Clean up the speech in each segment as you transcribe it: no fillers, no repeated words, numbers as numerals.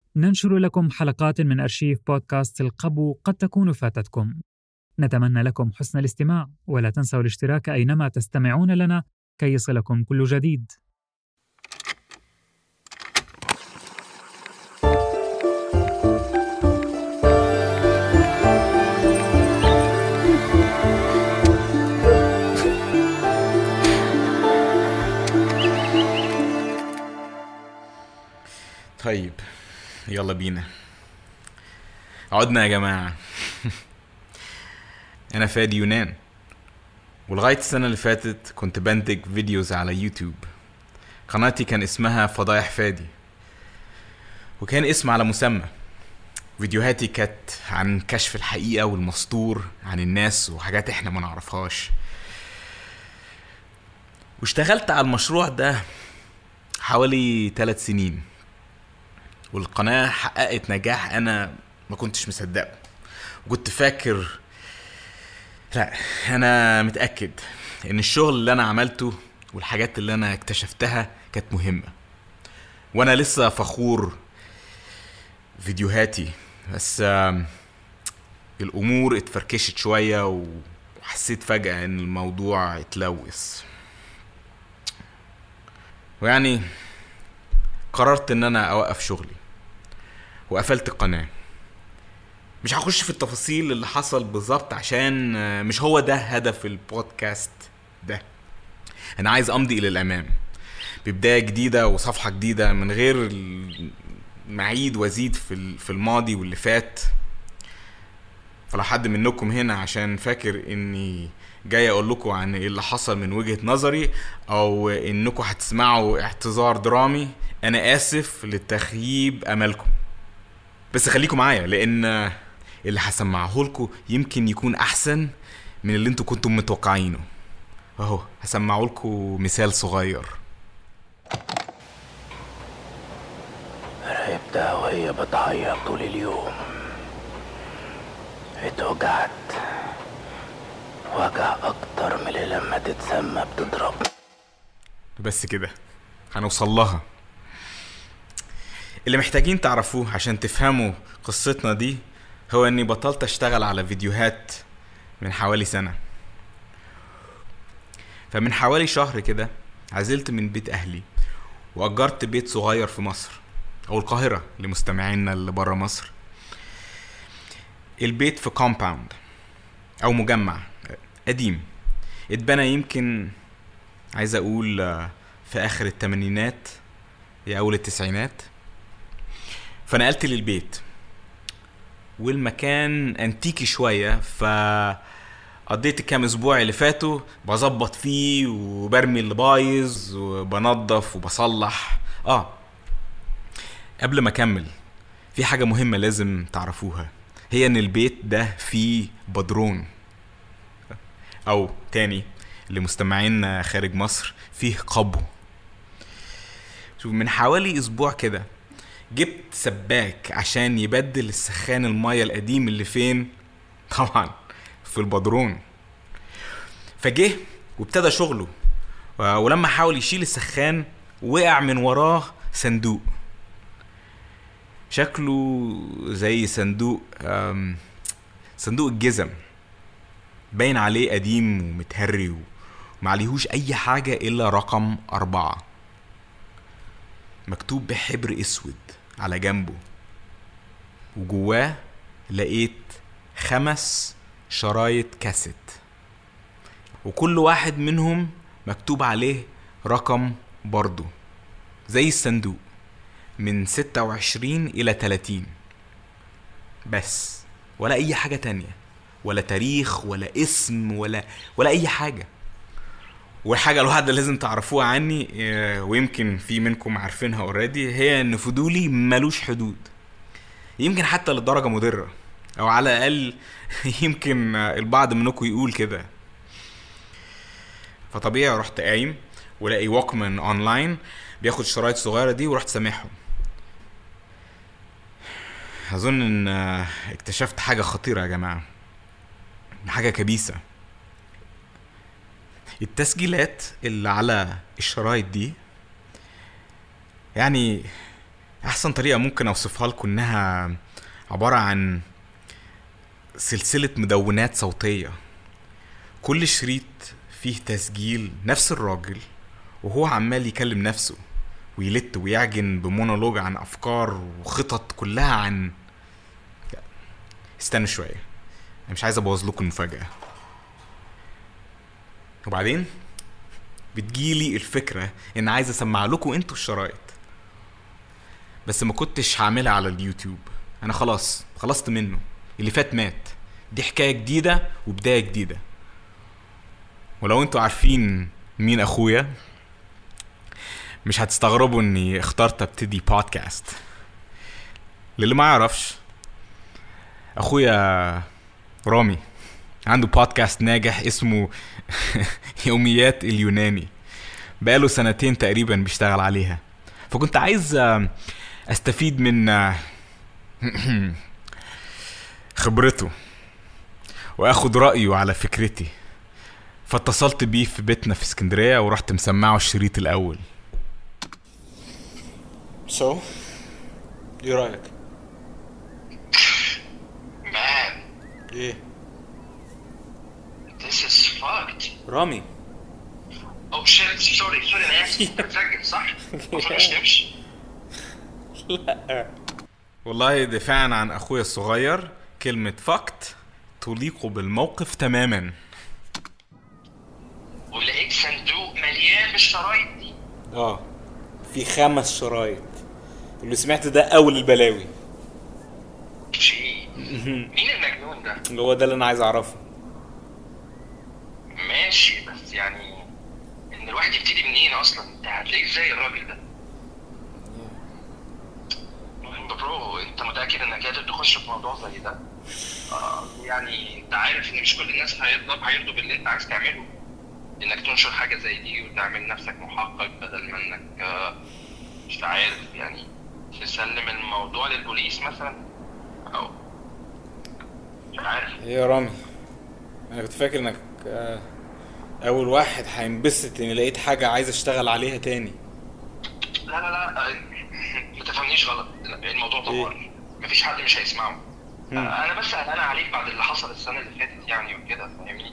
ننشر لكم حلقات من أرشيف بودكاست القبو قد تكون فاتتكم. نتمنى لكم حسن الاستماع، ولا تنسوا الاشتراك أينما تستمعون لنا كي يصلكم كل جديد. طيب يلا بينا. عدنا يا جماعة. أنا فادي يونان، ولغاية السنة اللي فاتت كنت بنتج فيديوز على يوتيوب. قناتي كان اسمها فضايح فادي، وكان اسم على مسمى. فيديوهاتي كانت عن كشف الحقيقة والمستور عن الناس وحاجات احنا ما نعرفهاش. واشتغلت على المشروع ده حوالي 3 سنين، والقناة حققت نجاح أنا ما كنتش مصدقه. وكنت فاكر، لا أنا متأكد إن الشغل اللي أنا عملته والحاجات اللي أنا اكتشفتها كانت مهمة، وأنا لسه فخور فيديوهاتي. بس الأمور اتفركشت شوية، وحسيت فجأة إن الموضوع اتلوث، ويعني قررت إن أنا أوقف شغلي وقفلت القناة. مش هخش في التفاصيل اللي حصل بالظبط عشان مش هو ده هدف البودكاست ده. انا عايز امضي الى الامام ببداية جديدة وصفحة جديدة من غير معيد وزيد في الماضي واللي فات. فلو حد منكم هنا عشان فاكر اني جاي اقول لكم عن ايه اللي حصل من وجهة نظري، او انكم هتسمعوا اعتذار درامي، انا اسف لتخييب املكم. بس خليكم معايا، لان اللي هسمعه لكم يمكن يكون احسن من اللي انتوا كنتم متوقعينه. اهو هسمعه لكم مثال صغير. راقبتها وهي بتعيط طول اليوم. اتوجعت وجع اكتر من اللي لما تتسمى بتضرب. بس كده هنوصل لها. اللي محتاجين تعرفوه عشان تفهموا قصتنا دي هو اني بطلت اشتغل على فيديوهات من حوالي سنة. فمن حوالي شهر كده عزلت من بيت اهلي واجرت بيت صغير في مصر او القاهرة لمستمعينا اللي برا مصر. البيت في كومباوند او مجمع قديم اتبنى يمكن عايز اقول في اخر الثمانينات يا اول التسعينات. فنقلت للبيت، والمكان انتيكي شوية، فقضيت كام اسبوع اللي فاتوا بظبط فيه وبرمي اللي بايظ وبنظف وبصلح. قبل ما اكمل، في حاجة مهمة لازم تعرفوها، هي ان البيت ده فيه بدرون، او تاني لمستمعين خارج مصر فيه قبو. شوف، من حوالي اسبوع كده جبت سباك عشان يبدل السخان المية القديم اللي فين؟ طبعا في البدرون. فجه وابتدى شغله، ولما حاول يشيل السخان وقع من وراه صندوق شكله زي صندوق الجزم، باين عليه قديم ومتهري ومعليهوش اي حاجة الا رقم 4 مكتوب بحبر اسود على جنبه، وجواه لقيت 5 شرايط كاسيت، وكل واحد منهم مكتوب عليه رقم برضو زي الصندوق، من 26 إلى 30 بس، ولا أي حاجة تانية، ولا تاريخ ولا اسم ولا أي حاجة. والحاجة الواحدة لازم تعرفوها عني، ويمكن في منكم عارفينها اوريدي، هي ان فضولي ملوش حدود، يمكن حتى لدرجة مضرة، او على الاقل يمكن البعض منكم يقول كده. فطبيعي رحت قايم ولاقي ووكمان اونلاين بياخد الشرايط الصغيرة دي، ورحت سامعهم. اظن ان اكتشفت حاجة خطيرة يا جماعة، حاجة كبيسة. التسجيلات اللي على الشرايط دي يعني احسن طريقة ممكن اوصفها لكم انها عبارة عن سلسلة مدونات صوتية. كل شريط فيه تسجيل نفس الراجل وهو عمال يكلم نفسه ويلت ويعجن بمونولوج عن افكار وخطط كلها عن استنى شوية، انا مش عايز ابوظ لكم المفاجأة. وبعدين بتجيلي الفكرة ان عايز اسمع لكم انتوا الشرايط، بس ما كنتش هعملها على اليوتيوب. انا خلاص خلصت منه، اللي فات مات. دي حكاية جديدة وبداية جديدة. ولو انتوا عارفين مين اخويا مش هتستغربوا اني اخترت ابتدي بودكاست. للي ما يعرفش، اخويا رامي عنده بودكاست ناجح اسمه يوميات اليوناني، بقاله 2 تقريبا بيشتغل عليها. فكنت عايز استفيد من خبرته واخد رأيه على فكرتي. فاتصلت بيه في بيتنا في اسكندرية ورحت مسمعه الشريط الاول. ايه رأيك؟ Man, ايه this is fucked. رامي؟ Oh shit, sorry انا اسف. بتسجل صح؟ المفروض مش تمشي. والله دفاعا عن اخويا الصغير، كلمة فقط تليق بالموقف تماما. ولقيت صندوق مليان بالشرايط دي. في 5 شرايط. اللي سمعت ده اول البلاوي. مين المجنون ده؟ هو ده اللي انا عايز اعرفه. ماشي، بس يعني ان الواحد يبتدي منين اصلا؟ انت هتلاقيه ازاي الراجل ده؟ برو، انت متأكد انك قادر تخش في موضوع زي ده؟ يعني انت عارف ان مش كل الناس هيرضوا باللي انت عايز تعمله، انك تنشر حاجة زي دي وتعمل نفسك محقق بدل ما انك مش عارف يعني تسلم الموضوع للبوليس مثلا، او مش عارف. يا رامي، انا كنت فاكر انك اول واحد هينبسط اني لقيت حاجة عايز اشتغل عليها تاني. لا ما تفهمنيش غلط، الموضوع طوال، مفيش حد مش هيسمعه. انا بس قلقان عليك بعد اللي حصل السنة اللي فاتت يعني وكده، فاهمني؟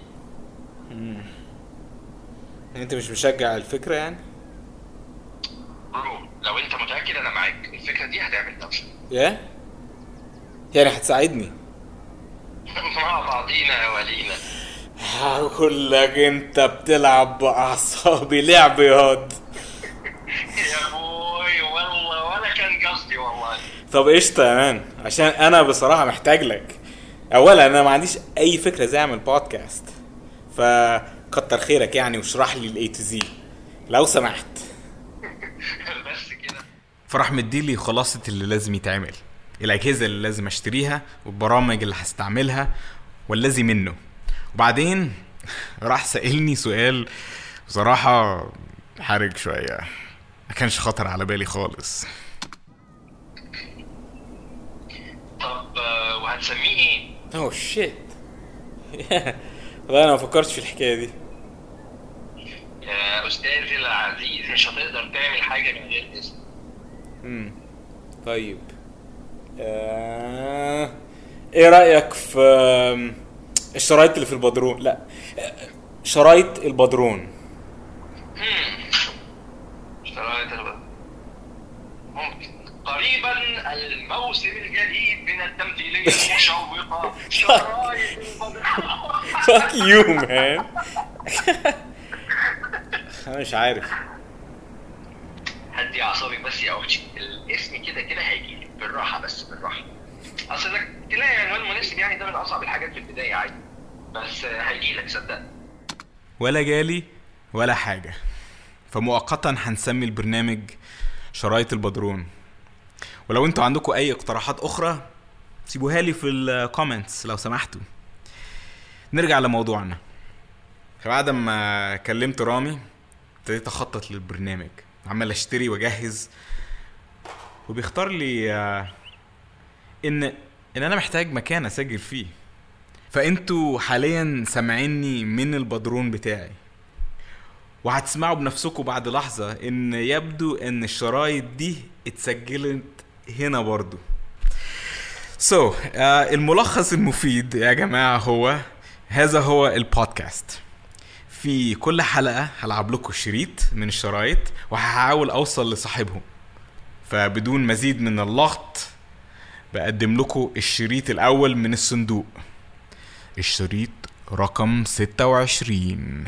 انت مش مشجع الفكرة يعني؟ برو، لو انت متأكد انا معاك، الفكرة دي هتعمل دوشة. يعني هتساعدني؟ مع بعضينا يا ولينا. هقول لك انت بتلعب باعصابي لعب ياض. يا بوي والله ولا كان قصدي والله. طب قشطة يا مان، عشان انا بصراحة محتاج لك. اولا انا ما عنديش اي فكرة زي اعمل بودكاست، فكتر خيرك يعني واشرح لي الاي تو زي لو سمحت. بس كده. فرح مديلي خلاصة اللي لازم يتعمل، الاجهزة اللي لازم اشتريها والبرامج اللي هستعملها واللازم منه. وبعدين راح سألني سؤال بصراحة حرج شوية، ما كانش خطر على بالي خالص. طب وهتسميه ايه؟ اوه شيت. والله انا ما فكرتش في الحكاية دي. يا استاذي العزيز، مش هتقدر تعمل حاجة من غير اسم. طيب ايه رأيك في الشرايط اللي في البدرون؟ لا، شرايط البدرون. شرايط البدرون ممكن. قريبا الموسم الجديد من التمثيلية المشوقة شرايط البدرون. Fuck you man. انا مش عارف. هدي اعصابك بس يا اوتشي، الاسم كده هيجيلك بالراحة، بس بالراحة. اصل انك تلاقي عنوان مناسب يعني ده من اصعب الحاجات في البداية عادي، بس هيجيلك صدقني. ولا جالي ولا حاجة، فمؤقتا هنسمي البرنامج شرايط البدرون. ولو انتوا عندكم اي اقتراحات اخرى سيبوها لي في الكومنتس لو سمحتوا. نرجع لموضوعنا. بعد ما كلمت رامي ابتديت اخطط للبرنامج، عمال اشتري واجهز، وبيختار لي ان انا محتاج مكان اسجل فيه. فانتوا حاليا سامعيني من البدرون بتاعي، وهتسمعوا بنفسكم بعد لحظة ان يبدو ان الشرايط دي اتسجلت هنا برضو. الملخص المفيد يا جماعة هذا هو البودكاست. في كل حلقة هلعب لكم شريط من الشرايط وهحاول اوصل لصاحبهم، فبدون مزيد من اللغط بقدم لكم الشريط الاول من الصندوق، الشريط رقم 26.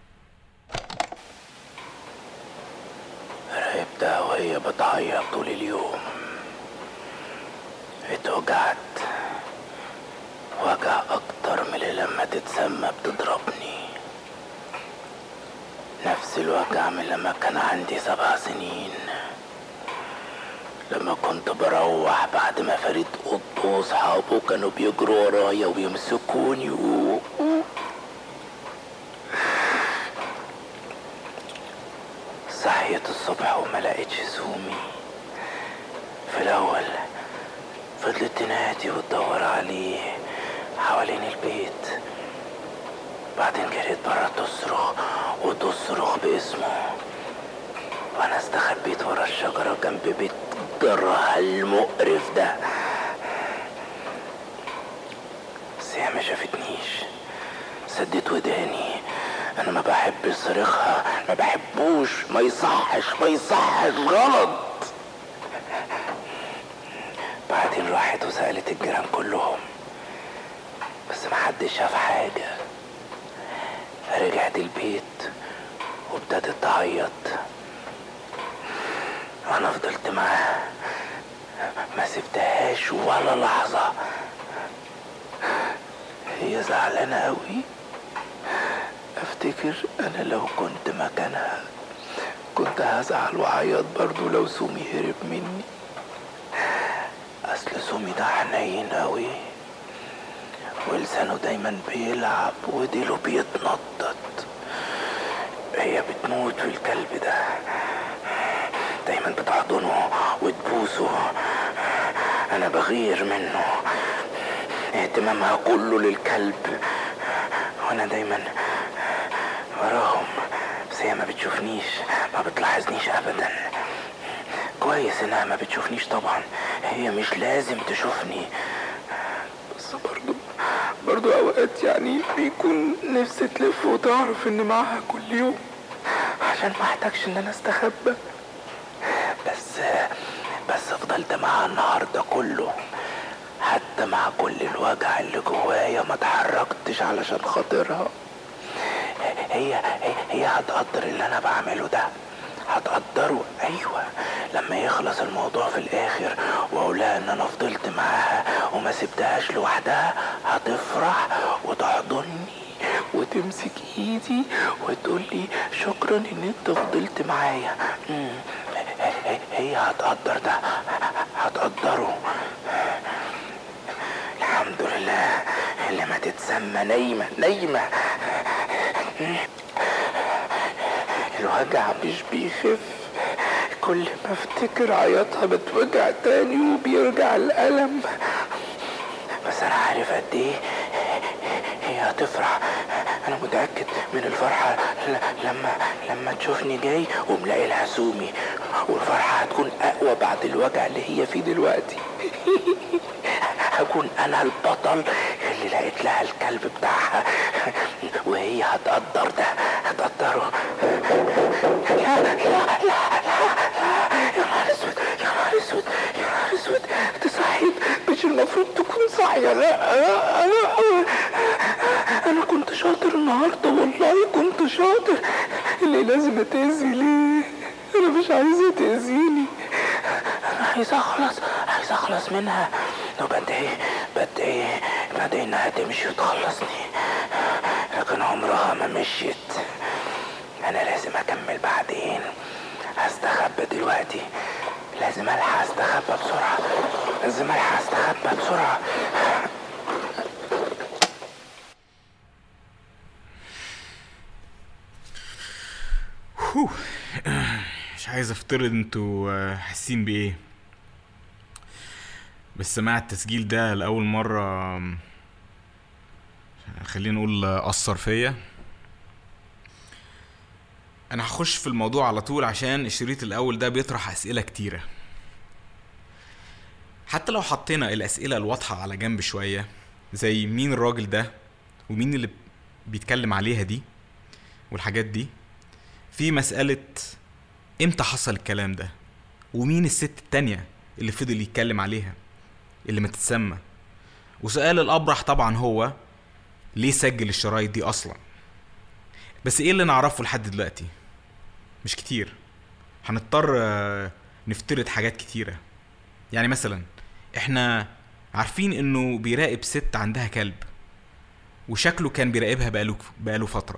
راقبتها وهي بتعيط طول اليوم، اتوجعت وجع اكتر من اللي لما تتسمى بتضربني، نفس الوجع من لما كان عندي 7 سنين، لما كنت بروح بعد ما فريد قط واصحابه كانوا بيجروا ورايا وبيمسكوني صحيت الصبح وما لقيتش سومي. في الاول فضلت تنادي وتدور عليه حوالين البيت، بعدين جريت برا تصرخ باسمه، وانا استخبيت ورا الشجرة جنب بيت جرها المقرف ده، بس هي ما شافتنيش. سديت وداني، انا ما بحبش صريخها، ما بحبوش، ما يصحش غلط. بعدين راحت وسألت الجيران كلهم، بس ما حدش شاف حاجة. رجعت البيت وابتدت تعيط، وانا فضلت معاها ما سبتهاش ولا لحظة. هي زعلانة قوي. افتكر انا لو كنت مكانها كنت هزعل وعيط برضو لو سومي هرب مني. اصل سومي ده حنين قوي ولسانه دايما بيلعب وديله بيتنطط. هي بتموت في الكلب ده، دايما بتحضنه وتبوسه. انا بغير منه، اهتمامها كله للكلب وانا دايما وراهم، بس هي ما بتشوفنيش، ما بتلاحظنيش ابدا. كويس انها ما بتشوفنيش طبعا، هي مش لازم تشوفني، بس برضو اوقات يعني بيكون نفسي تلف وتعرف ان معاها كل يوم عشان ما احتاجش ان انا استخبى. بس فضلت معاها النهارده كله، حتى مع كل الوجع اللي جوايا ما اتحركتش علشان خاطرها. هي هتقدر اللي انا بعمله ده، هتقدره. ايوه، لما يخلص الموضوع في الاخر واقولها ان انا فضلت معاها وما سبتهاش لوحدها، هتفرح وتحضني وتمسك ايدي وتقولي شكرا ان انت فضلت معايا. هي هتقدر ده، هتقدره. الحمد لله اللي ما تتسمى نايمة. الوجع مش بيخف، كل ما افتكر عياطها بتوجع تاني وبيرجع الألم. بس انا عارف قد ايه هي هتفرح، انا متأكد من الفرحة لما تشوفني جاي وملاقي لها سومي، والفرحة هتكون اقوى بعد الوجع اللي هي فيه دلوقتي. هكون انا البطل اللي لقيت لها الكلب بتاعها، وهي هتقدر ده، هتقدره. لا يا نهار اسود انت صحيت، مش المفروض تكون صاحية. لا انا كنت شاطر النهارده، والله كنت شاطر. اللي لازم تأذي ليه؟ انا مش عايزة تأذيني، انا عايز اخلص منها. وبدعي انها تمشي وتخلصني، لكن عمرها ما مشيت. انا لازم اكمل بعدين، هستخبى دلوقتي، لازم الحق استخبى بسرعة. مش عايز افترض انتوا حاسين بايه، بس سماع التسجيل ده لأول مرة خلينا نقول أثر فيا. انا هخش في الموضوع على طول عشان الشريط الاول ده بيطرح اسئلة كتيرة. حتى لو حطينا الاسئلة الواضحة على جنب شوية، زي مين الراجل ده ومين اللي بيتكلم عليها دي والحاجات دي، في مسألة امتى حصل الكلام ده، ومين الست التانية اللي فضل يتكلم عليها اللي ما تتسمى، وسؤال الأبرح طبعا هو ليه سجل الشرايط دي أصلا. بس ايه اللي نعرفه لحد دلوقتي؟ مش كتير. هنضطر نفترض حاجات كتيرة. يعني مثلا احنا عارفين انه بيراقب ست عندها كلب، وشكله كان بيراقبها بقاله فترة،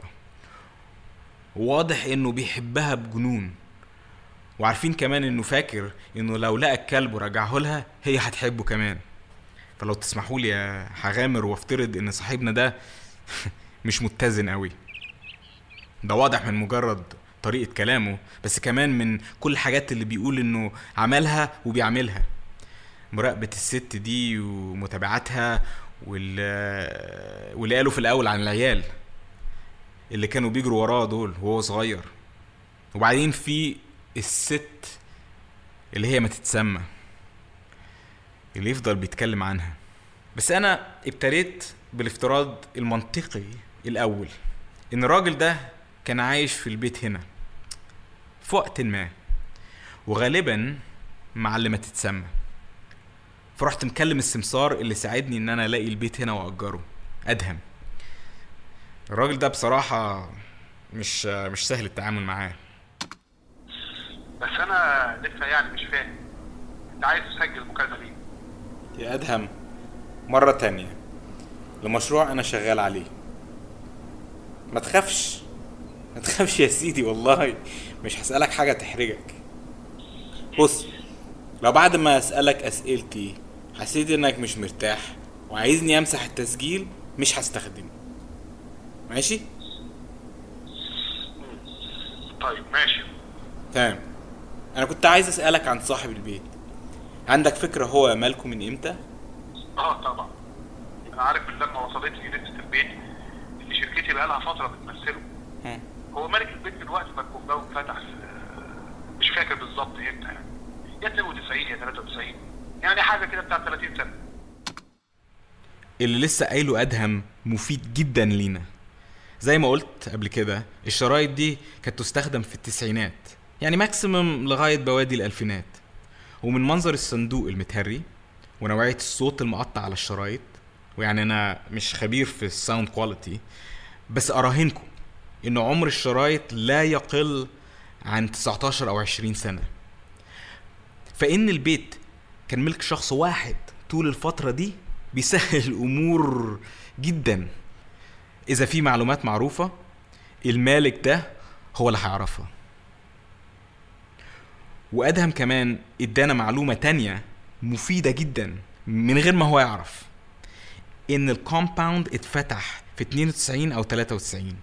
وواضح انه بيحبها بجنون، وعارفين كمان انه فاكر انه لو لقى الكلب ورجعه لها هي هتحبه كمان. فلو تسمحوا لي هغامر وافترض ان صاحبنا ده مش متزن قوي. ده واضح من مجرد طريقة كلامه، بس كمان من كل الحاجات اللي بيقول انه عملها وبيعملها. مراقبة الست دي ومتابعتها، واللي قالوا في الاول عن العيال اللي كانوا بيجروا وراه دول وهو صغير. وبعدين في الست اللي هي ما تتسمى اللي يفضل بيتكلم عنها. بس انا ابتديت بالافتراض المنطقي الاول، ان الراجل ده كان عايش في البيت هنا في وقت ما، وغالبا مع اللي ما تتسمى. فرحت مكلم السمسار اللي ساعدني ان انا الاقي البيت هنا واجره، ادهم. الراجل ده بصراحة مش سهل التعامل معاه. بس انا لسه يعني مش فاهم، انت عايز تسجل مكالمة ليه؟ يا ادهم، مرة تانية لمشروع انا شغال عليه. ما تخافش يا سيدي، والله مش هسألك حاجة تحرجك. بص، لو بعد ما اسألك اسئلتي حسيت انك مش مرتاح وعايزني امسح التسجيل، مش هستخدمه، ماشي؟ طيب ماشي تمام. انا كنت عايز اسألك عن صاحب البيت. عندك فكرة هو مالكم من امتى؟ طبعا انا عارف من لما وصلت لي لسه البيت اللي شركتي بقالها فترة بتمثله. هو مالك البيت من وقت ما الكومباوند فتح، مش فاكر بالظبط امتى، يعني يا 92 يا 93، يعني حاجة كده بتاع 30 سنة. اللي لسه قايله ادهم مفيد جدا لينا. زي ما قلت قبل كده، الشرايط دي كانت تستخدم في التسعينات، يعني ماكسيمم لغاية بوادي الألفينات. ومن منظر الصندوق المتهري ونوعية الصوت المقطع على الشرايط، ويعني أنا مش خبير في الساوند كواليتي، بس أراهنكم إن عمر الشرايط لا يقل عن 19 أو 20 سنة. فإن البيت كان ملك شخص واحد طول الفترة دي بيسهل الأمور جدا. إذا في معلومات معروفة، المالك ده هو اللي هيعرفها. وأدهم كمان إدانا معلومة تانية مفيدة جدا من غير ما هو يعرف، إن الكومباوند اتفتح في 92 أو 93.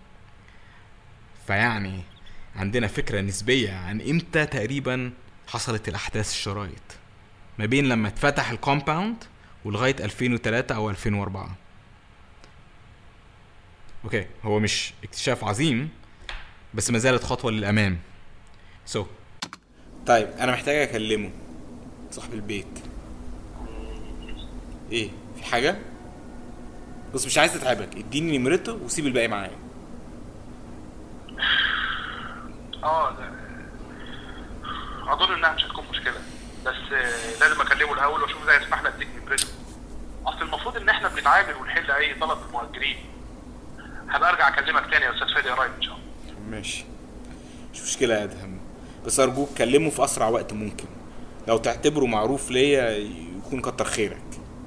فيعني عندنا فكرة نسبية عن إمتى تقريبا حصلت الأحداث الشرايط، ما بين لما اتفتح الكومباوند ولغاية 2003 أو 2004. اوكي، هو مش اكتشاف عظيم، بس ما زالت خطوة للأمام. طيب أنا محتاج أكلمه، صاحب البيت. إيه، في حاجة؟ بص، مش عايز تتعبك، اديني نمرته وسيب الباقي معايا. اظن انها مش هتكون مشكلة، بس لازم اكلمه الاول واشوف ازاي يسمح لي اديك نمرته. اصل المفروض ان احنا بنتعامل ونحل اي طلب للمهاجرين. هبقى ارجع اكلمك تاني يا استاذ فادي قريب ان شاء الله. ماشي، مش مشكلة يا ادهم، بس ارجوك كلمه في اسرع وقت ممكن. لو تعتبره معروف ليا يكون كتر خيرك.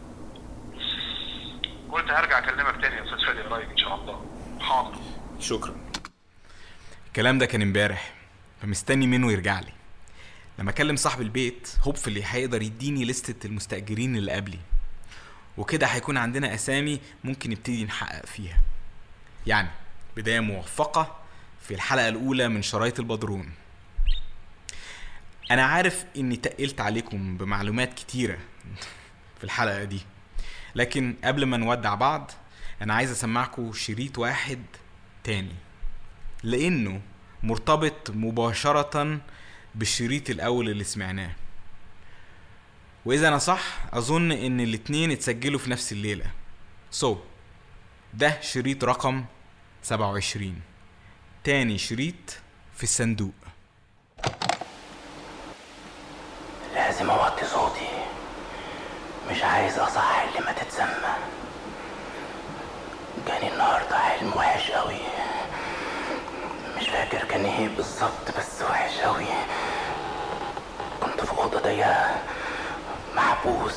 قلت هرجع اكلمك تاني يا استاذ فادي قريب ان شاء الله. حاضر، شكرا. الكلام ده كان امبارح، فمستني منه يرجع لي. لما اكلم صاحب البيت هوبفلي هيقدر يديني لستة المستأجرين اللي قبلي، وكده هيكون عندنا اسامي ممكن نبتدي نحقق فيها. يعني بداية موفقة في الحلقة الأولى من شرايط البدرون. أنا عارف إني تقلت عليكم بمعلومات كتيرة في الحلقة دي، لكن قبل ما نودع بعض أنا عايز أسمعكم شريط واحد تاني، لأنه مرتبط مباشرة بالشريط الأول اللي سمعناه. وإذا أنا صح أظن إن الاتنين اتسجلوا في نفس الليلة. ده شريط رقم 27، تاني شريط في الصندوق. لازم اوطي صوتي، مش عايز اصح اللي ما تتسمى. جاني النهارده حلم وحش قوي، مش فاكر كان ايه بالظبط بس وحش قوي. كنت في اوضه ضيقه محبوس،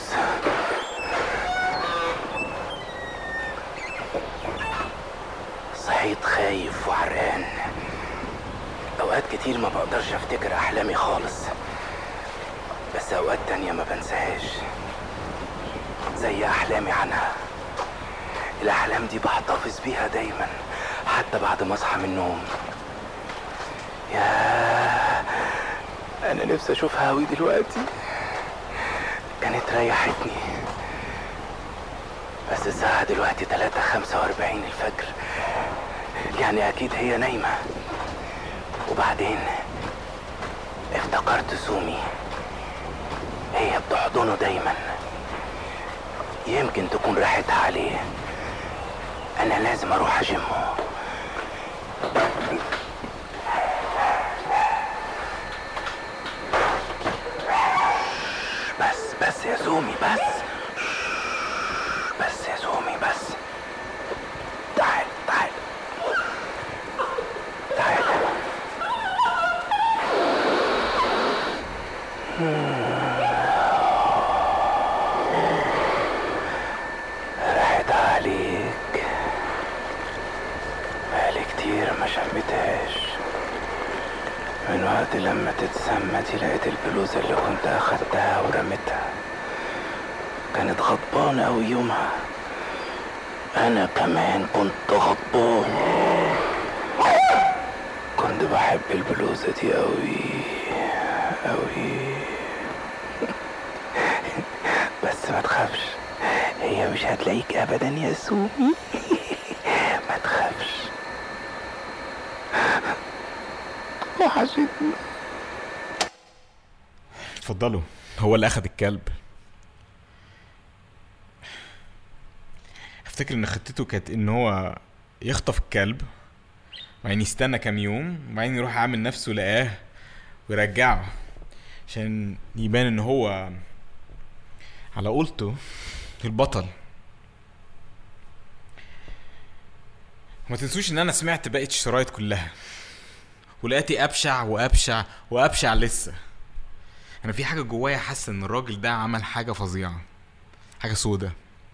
صحيت خايف وعرقان. اوقات كتير ما بقدرش افتكر احلامي خالص، بس اوقات تانية ما بنساهاش، زي احلامي عنها. الاحلام دي بحتفظ بيها دايما حتى بعد ما اصحى من النوم. يا انا نفسي اشوفها قوي دلوقتي، كانت ريحتني. بس الساعة دلوقتي 3:45 الفجر، يعني اكيد هي نايمة. وبعدين افتكرت سومي، هي بتحضنه دايما، يمكن تكون راحتها عليه. انا لازم اروح اجمه. بس يا سومي، بس يا سومي، بس تعال راحت عليك، بقالي كتير ما شمتهاش من وقت لما تتسمى دي. لقيت البلوزة اللي كنت اخدتها ورمتها، كانت غضبانة اوي يومها. انا كمان كنت غضبان، كنت بحب البلوزة دي اوي. بس ما تخافش، هي مش هتلاقيك ابدا يا سومي. ما تخافش، وحشتني. اتفضلوا. هو اللي اخد الكلب. افتكر ان خطته كانت ان هو يخطف الكلب وبعدين يستنى كام يوم وبعدين يروح عامل نفسه لقاه ويرجعه عشان يبان ان هو على قولته البطل. وما تنسوش ان انا سمعت باقي الشرايط كلها ولقيتي ابشع لسه. انا في حاجه جوايا حاسه ان الراجل ده عمل حاجه فظيعه، حاجه سودة،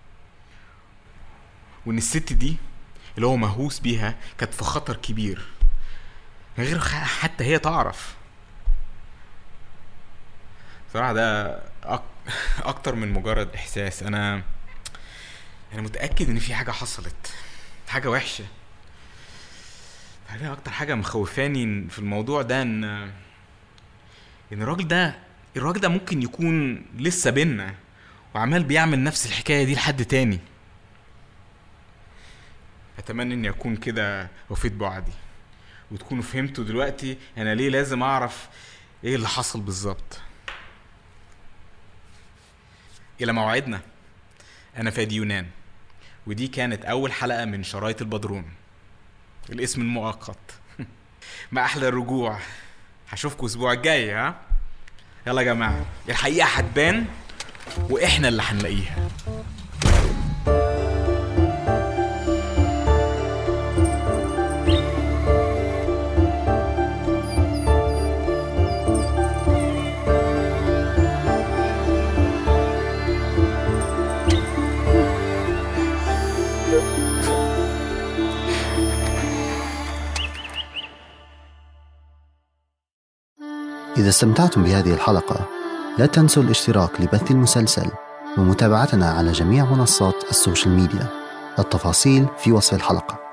وان الست دي اللي هو مهووس بيها كانت في خطر كبير من غير حتى هي تعرف. صراحه ده اكتر من مجرد احساس. انا متاكد ان في حاجه حصلت، حاجه وحشه. اكتر حاجه مخوفاني في الموضوع ده ان الراجل ده ممكن يكون لسه بينا وعمال بيعمل نفس الحكايه دي لحد تاني. اتمنى اني اكون كده وفيت بعدي وتكونوا فهمتوا دلوقتي انا ليه لازم اعرف ايه اللي حصل بالظبط. الى موعدنا. انا فادي يونان، ودي كانت اول حلقه من شرايط البدرون، الاسم المؤقت. ما احلى الرجوع. هشوفكم الاسبوع الجاي. ها يلا يا جماعه، الحقيقه هتبان واحنا اللي هنلاقيها. إذا استمتعتم بهذه الحلقة لا تنسوا الاشتراك لبث المسلسل ومتابعتنا على جميع منصات السوشيال ميديا. التفاصيل في وصف الحلقة.